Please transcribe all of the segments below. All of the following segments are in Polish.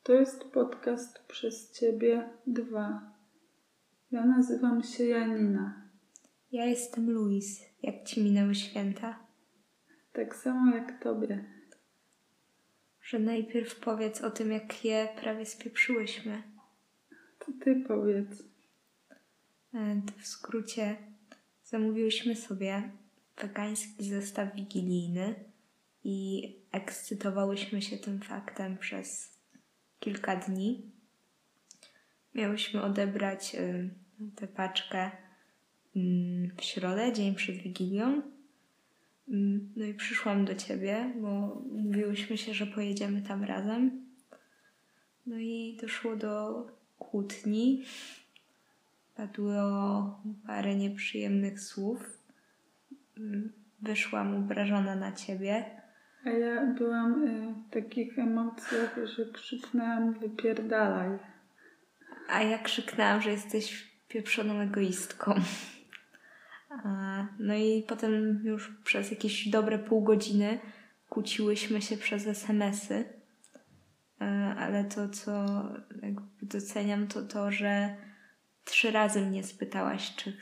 To jest podcast przez Ciebie 2. Ja nazywam się Janina. Ja jestem Luis. Jak Ci minęły święta? Tak samo jak Tobie. Że najpierw powiedz o tym, jak je prawie spieprzyłyśmy. To Ty powiedz. To w skrócie zamówiłyśmy sobie wegański zestaw wigilijny i ekscytowałyśmy się tym faktem przez kilka dni. Miałyśmy odebrać tę paczkę w środę, dzień przed Wigilią. No i przyszłam do Ciebie, bo mówiłyśmy się, że pojedziemy tam razem. No i doszło do kłótni. Padło parę nieprzyjemnych słów. Wyszłam obrażona na Ciebie. A ja byłam w takich emocjach, że krzyknęłam wypierdalaj. A ja krzyknęłam, że jesteś pieprzoną egoistką. No i potem już przez jakieś dobre pół godziny kłóciłyśmy się przez SMS-y. Ale to, co jakby doceniam, to, że 3 razy mnie spytałaś, czy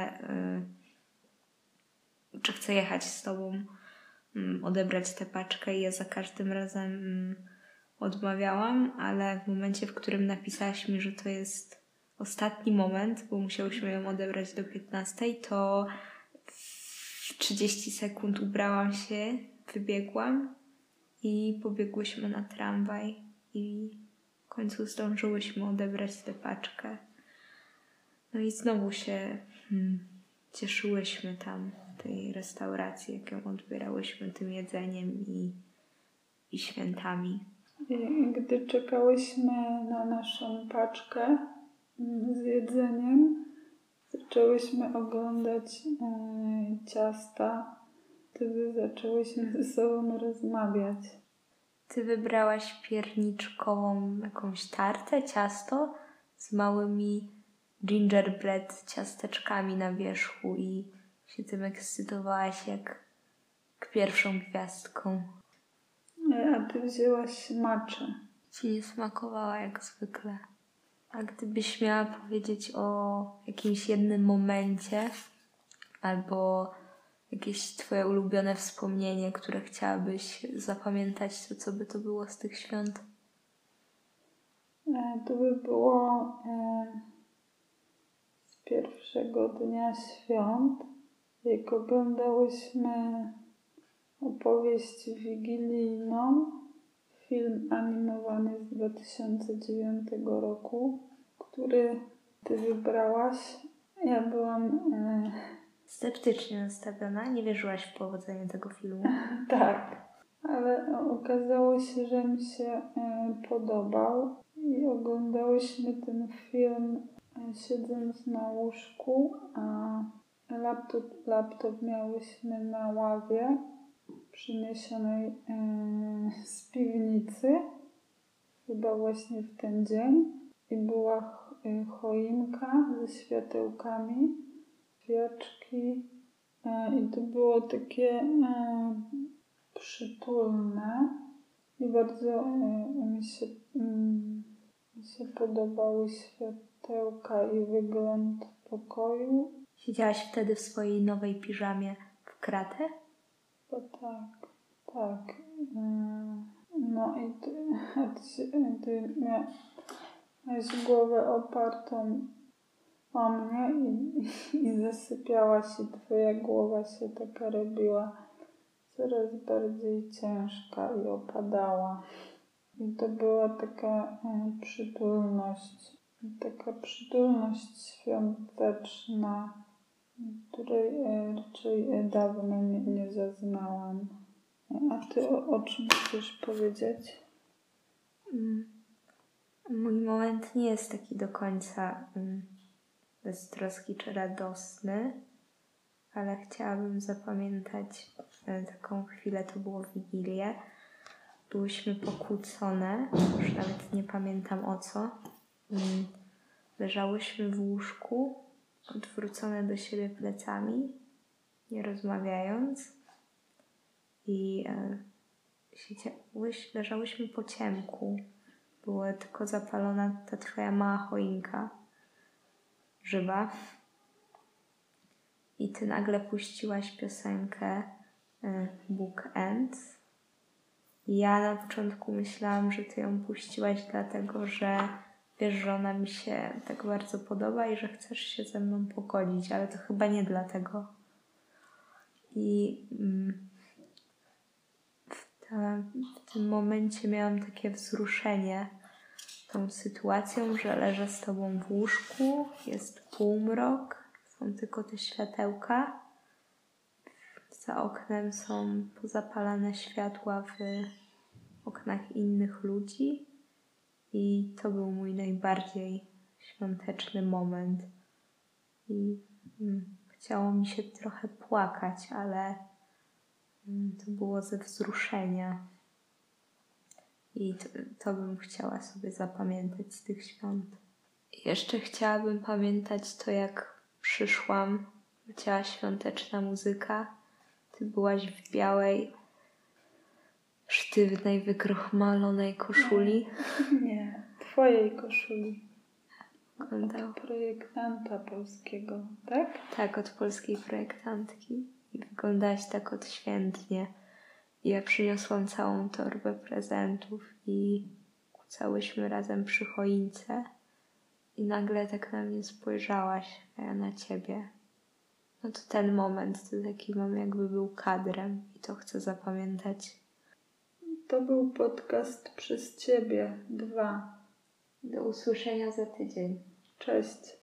chcę jechać z Tobą, odebrać tę paczkę i ja za każdym razem odmawiałam, ale w momencie, w którym napisałaś mi, że to jest ostatni moment, bo musiałyśmy ją odebrać do 15, to w 30 sekund ubrałam się, wybiegłam i pobiegłyśmy na tramwaj i w końcu zdążyłyśmy odebrać tę paczkę. No i znowu się cieszyłyśmy tam w tej restauracji, jak ją odbierałyśmy tym jedzeniem i świętami. I gdy czekałyśmy na naszą paczkę z jedzeniem, zaczęłyśmy oglądać ciasta. Wtedy zaczęłyśmy ze sobą rozmawiać. Ty wybrałaś pierniczkową jakąś tartę, ciasto z małymi gingerbread ciasteczkami na wierzchu i się tym ekscytowałaś jak pierwszą gwiazdką. A Ty wzięłaś matchę. Ci nie smakowała jak zwykle. A gdybyś miała powiedzieć o jakimś jednym momencie albo jakieś Twoje ulubione wspomnienie, które chciałabyś zapamiętać, to co by to było z tych świąt? To by było z pierwszego dnia świąt, jak oglądałyśmy opowieść wigilijną, film animowany z 2009 roku, który Ty wybrałaś. Ja byłam... Sceptycznie nastawiona, nie wierzyłaś w powodzenie tego filmu. Tak, ale okazało się, że mi się podobał i oglądałyśmy ten film siedząc na łóżku, a laptop miałyśmy na ławie przyniesionej z piwnicy, chyba właśnie w ten dzień, i była choinka ze światełkami, świeczki i to było takie przytulne i bardzo mi się podobały światełka i wygląd pokoju. Siedziałaś wtedy w swojej nowej piżamie w kratę? To tak. No i ty miałeś głowę opartą o mnie i zasypiałaś i twoja głowa się taka robiła coraz bardziej ciężka i opadała. I to była taka przytulność świąteczna, której raczej dawno nie zaznałam. A Ty o czym chcesz powiedzieć? Mój moment nie jest taki do końca beztroski czy radosny, ale chciałabym zapamiętać taką chwilę, to było w Wigilię. Byłyśmy pokłócone, już nawet nie pamiętam o co. Leżałyśmy w łóżku, odwrócone do siebie plecami, nie rozmawiając i leżałyśmy po ciemku. była tylko zapalona ta twoja mała choinka żywa. I ty nagle puściłaś piosenkę Bookends. I ja na początku myślałam, że ty ją puściłaś dlatego, że wiesz, że ona mi się tak bardzo podoba i że chcesz się ze mną pogodzić, ale to chyba nie dlatego. I w tym momencie miałam takie wzruszenie tą sytuacją, że leżę z tobą w łóżku, jest półmrok, są tylko te światełka. Za oknem są pozapalane światła w oknach innych ludzi i to był mój najbardziej świąteczny moment. I chciało mi się trochę płakać, ale to było ze wzruszenia. I to bym chciała sobie zapamiętać z tych świąt. Jeszcze chciałabym pamiętać to, jak przyszłam, leciała świąteczna muzyka. Ty byłaś w białej, sztywnej, wykrochmalonej koszuli. Nie, twojej koszuli. Wyglądał. Od projektanta polskiego, tak? Tak, od polskiej projektantki. I wyglądałaś tak odświętnie. I ja przyniosłam całą torbę prezentów i kucałyśmy razem przy choince. I nagle tak na mnie spojrzałaś, a ja na ciebie. No to ten moment to taki mam, jakby był kadrem i to chcę zapamiętać. To był podcast przez ciebie 2. Do usłyszenia za tydzień. Cześć.